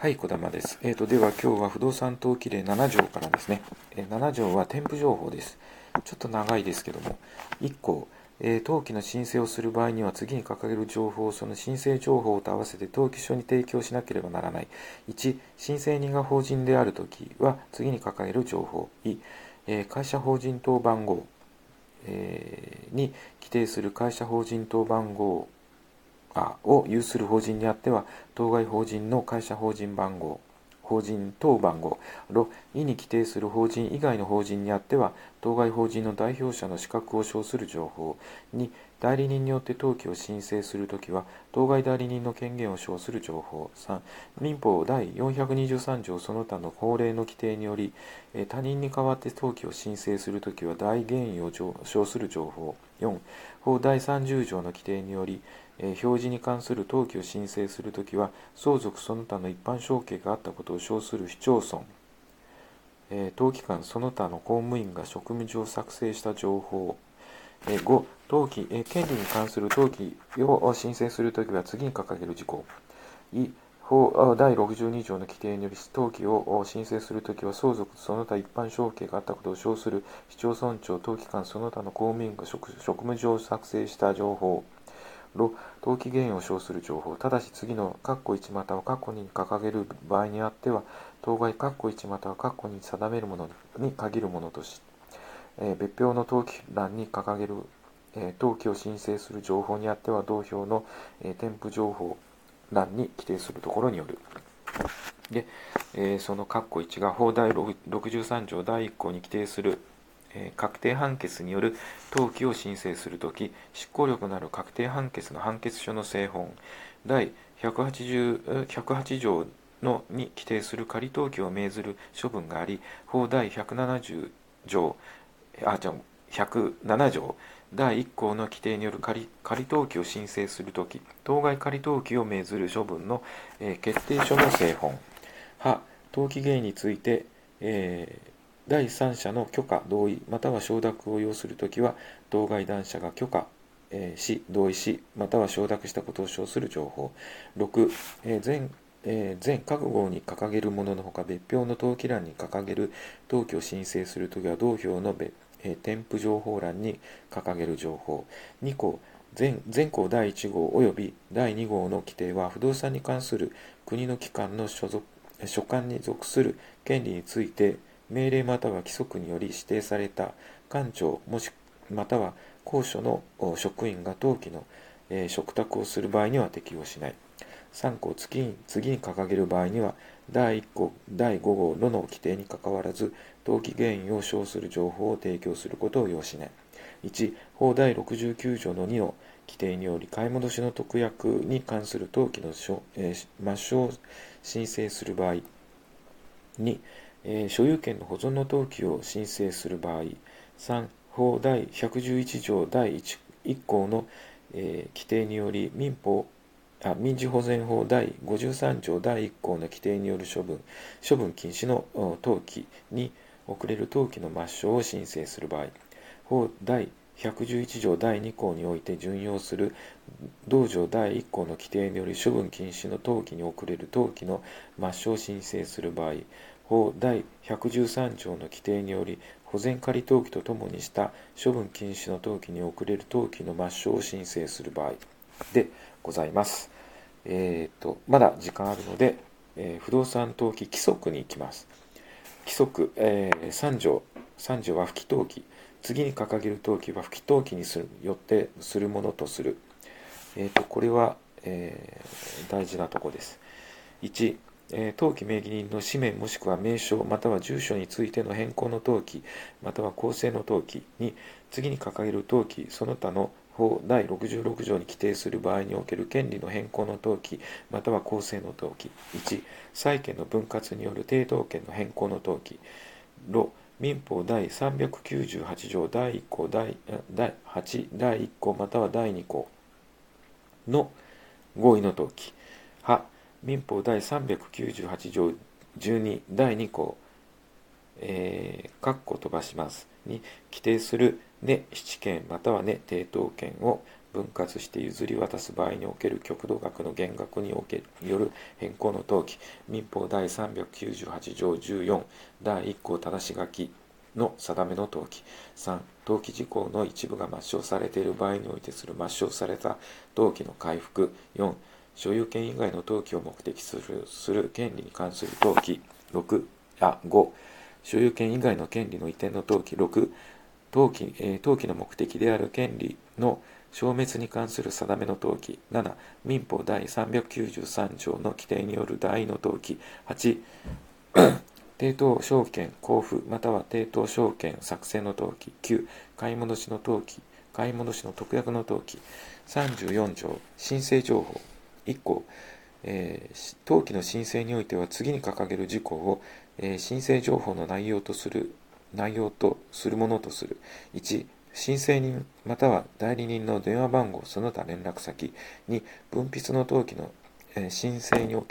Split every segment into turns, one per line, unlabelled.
はい、小玉です。では今日は不動産登記令7条からですね。7条は添付情報です。ちょっと長いですけども、1項、登記の申請をする場合には次に掲げる情報をその申請情報と合わせて登記書に提供しなければならない。1、申請人が法人であるときは次に掲げる情報。2、会社法人等番号、に規定する会社法人等番号を有する法人にあっては、当該法人の会社法人番号、法人等番号、意に規定する法人以外の法人にあっては、当該法人の代表者の資格を称する情報。2、代理人によって登記を申請するときは、当該代理人の権限を称する情報。3、民法第423条その他の法令の規定により、他人に代わって登記を申請するときは、代原意を称する情報。4、法第30条の規定により、表示に関する登記を申請するときは、相続その他の一般承継があったことを称する市町村、登記官その他の公務員が職務上作成した情報。5、権利に関する登記を申請するときは次に掲げる事項。法第62条の規定により登記を申請するときは、相続その他一般承継があったことを称する市町村長、登記官その他の公務員が職務上作成した情報。登記原因を称する情報。ただし次の括弧1または括弧2に掲げる場合にあっては、当該括弧1または括弧2に定めるものに限るものとし、別表の登記欄に掲げる、登記を申請する情報にあっては、同表の、添付情報欄に規定するところによる。で、その括弧1が法第63条第1項に規定する確定判決による登記を申請するとき、執行力のある確定判決の判決書の正本、第108条に規定する仮登記を命ずる処分があり、法第107条、107条、第1項の規定による仮登記を申請するとき、当該仮登記を命ずる処分の、決定書の正本。登記原因について、第三者の許可、同意、または承諾を要するときは、当該第三者が許可、同意し、または承諾したことを称する情報。6、全各号に掲げるもののほか、別表の登記欄に掲げる登記を申請するときは、同表の添付情報欄に掲げる情報。2項、前項第1号及び第2号の規定は、不動産に関する国の機関の所管に属する権利について、命令または規則により指定された官庁または公所の職員が登記の嘱託をする場合には適用しない。3項、次に掲げる場合には、第1項、第5号の規定にかかわらず、登記原因を称する情報を提供することを要しない。1、法第69条の2の規定により、買い戻しの特約に関する登記の抹消を申請する場合。2、所有権の保存の登記を申請する場合。3、法第111条第 1項の、規定により民事保全法第53条第1項の規定による処分禁止の登記に遅れる登記の抹消を申請する場合。法第111条第2項において準用する同条第1項の規定により処分禁止の登記に遅れる登記の抹消を申請する場合。法第113条の規定により保全仮登記とともにした処分禁止の登記に遅れる登記の抹消を申請する場合でございます。まだ時間あるので、不動産登記規則に行きます。規則、3条は不起登記。次に掲げる登記は不起登記によってするものとする。これは、大事なところです。1、登記名義人の氏名もしくは名称または住所についての変更の登記または公正の登記に次に掲げる登記その他の法第66条に規定する場合における権利の変更の登記または公正の登記。1、債権の分割による抵当権の変更の登記。民法第398条第1項第8第1項または第2項の合意の登記。民法第398条12第2項、括弧飛ばしますに規定するね質権またはね抵当権を分割して譲り渡す場合における極度額の減額による変更の登記、民法第398条14第1項正し書きの定めの登記。3、登記事項の一部が抹消されている場合においてする抹消された登記の回復。4、所有権以外の登記を目的する権利に関する登記。5、所有権以外の権利の移転の登記。6、登記の目的である権利の消滅に関する定めの登記。7、民法第393条の規定による代位の登記。8、抵当証券交付または抵当証券作成の登記。9、買い戻しの登記、買い戻しの特約の登記。34条、申請情報。1項、登記の申請においては次に掲げる事項を、申請情報の内容とするものとする。1、申請人または代理人の電話番号その他連絡先。2、分筆の登記の、申請にお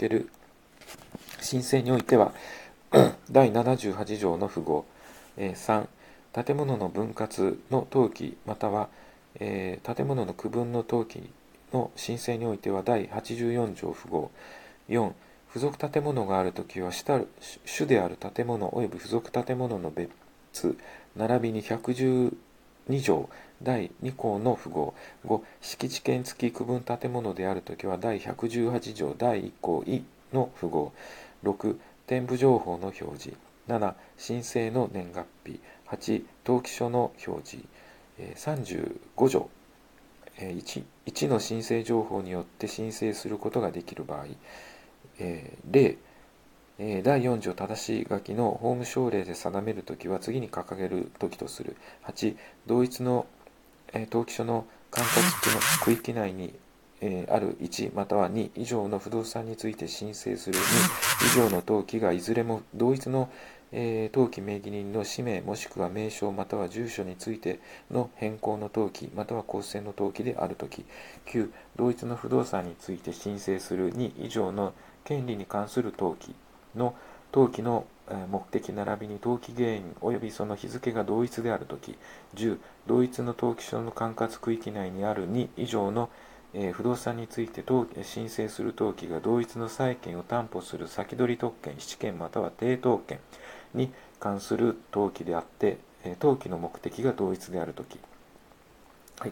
いては第78条の符号。3、建物の分割の登記または、建物の区分の登記の申請においては第84条符号。4、付属建物があるときは主である建物及び付属建物の別並びに112条第2項の符号。5、敷地権付き区分建物であるときは第118条第1項以の符号。6、添付情報の表示。7、申請の年月日。8、登記書の表示。35条。1の申請情報によって申請することができる場合。例、第4条正し書きの法務省令で定めるときは次に掲げるときとする。8、同一の、登記書の管轄区域内に、ある1または2以上の不動産について申請する2以上の登記がいずれも同一の、登記名義人の氏名もしくは名称または住所についての変更の登記または更正の登記であるとき。9、同一の不動産について申請する2以上の権利に関する登記の目的並びに登記原因及びその日付が同一であるとき。10、同一の登記書の管轄区域内にある2以上の不動産について申請する登記が同一の債権を担保する先取り特権、質権または抵当権に関する登記であって、登記の目的が同一であるとき。はい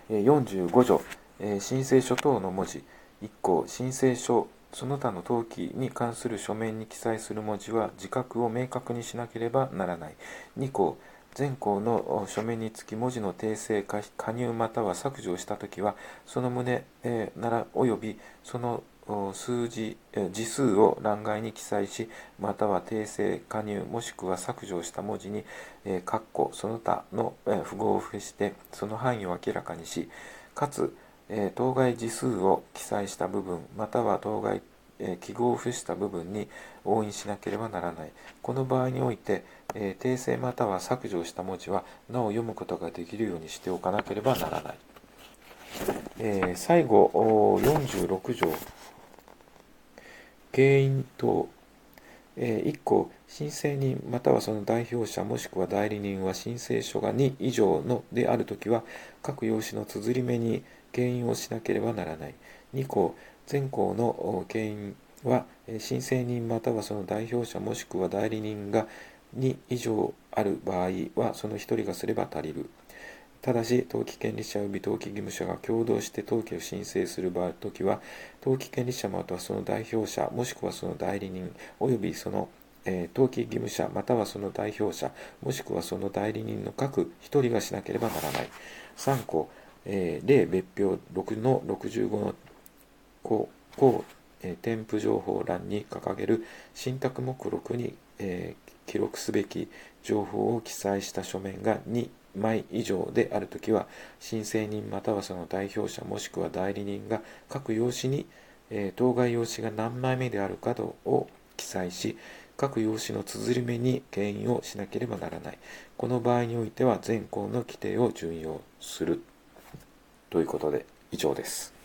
、45条、申請書等の文字。1項、申請書その他の登記に関する書面に記載する文字は自覚を明確にしなければならない。2項、前項の書面につき文字の訂正加入または削除をしたときは、その旨及びその字数を欄外に記載し、または訂正、加入もしくは削除した文字に括弧その他の符号を付してその範囲を明らかにし、かつ当該字数を記載した部分または当該記号を付した部分に押印しなければならない。この場合において、訂正または削除した文字はなお読むことができるようにしておかなければならない。最後46条、原因等。1項、申請人またはその代表者もしくは代理人は申請書が2以上のであるときは各用紙の綴り目に原因をしなければならない。2項、前項の原因は申請人またはその代表者もしくは代理人が2以上ある場合はその1人がすれば足りる。ただし、登記権利者及び登記義務者が共同して登記を申請する場合ときは、登記権利者またはその代表者、もしくはその代理人、及びその、登記義務者またはその代表者、もしくはその代理人の各1人がしなければならない。3項、例別表6の65の添付情報欄に掲げる信託目録に、記録すべき情報を記載した書面が2枚以上であるときは、申請人またはその代表者もしくは代理人が各用紙に、当該用紙が何枚目であるかを記載し、各用紙の綴り目に原因をしなければならない。この場合においては、前項の規定を準用するということで以上です。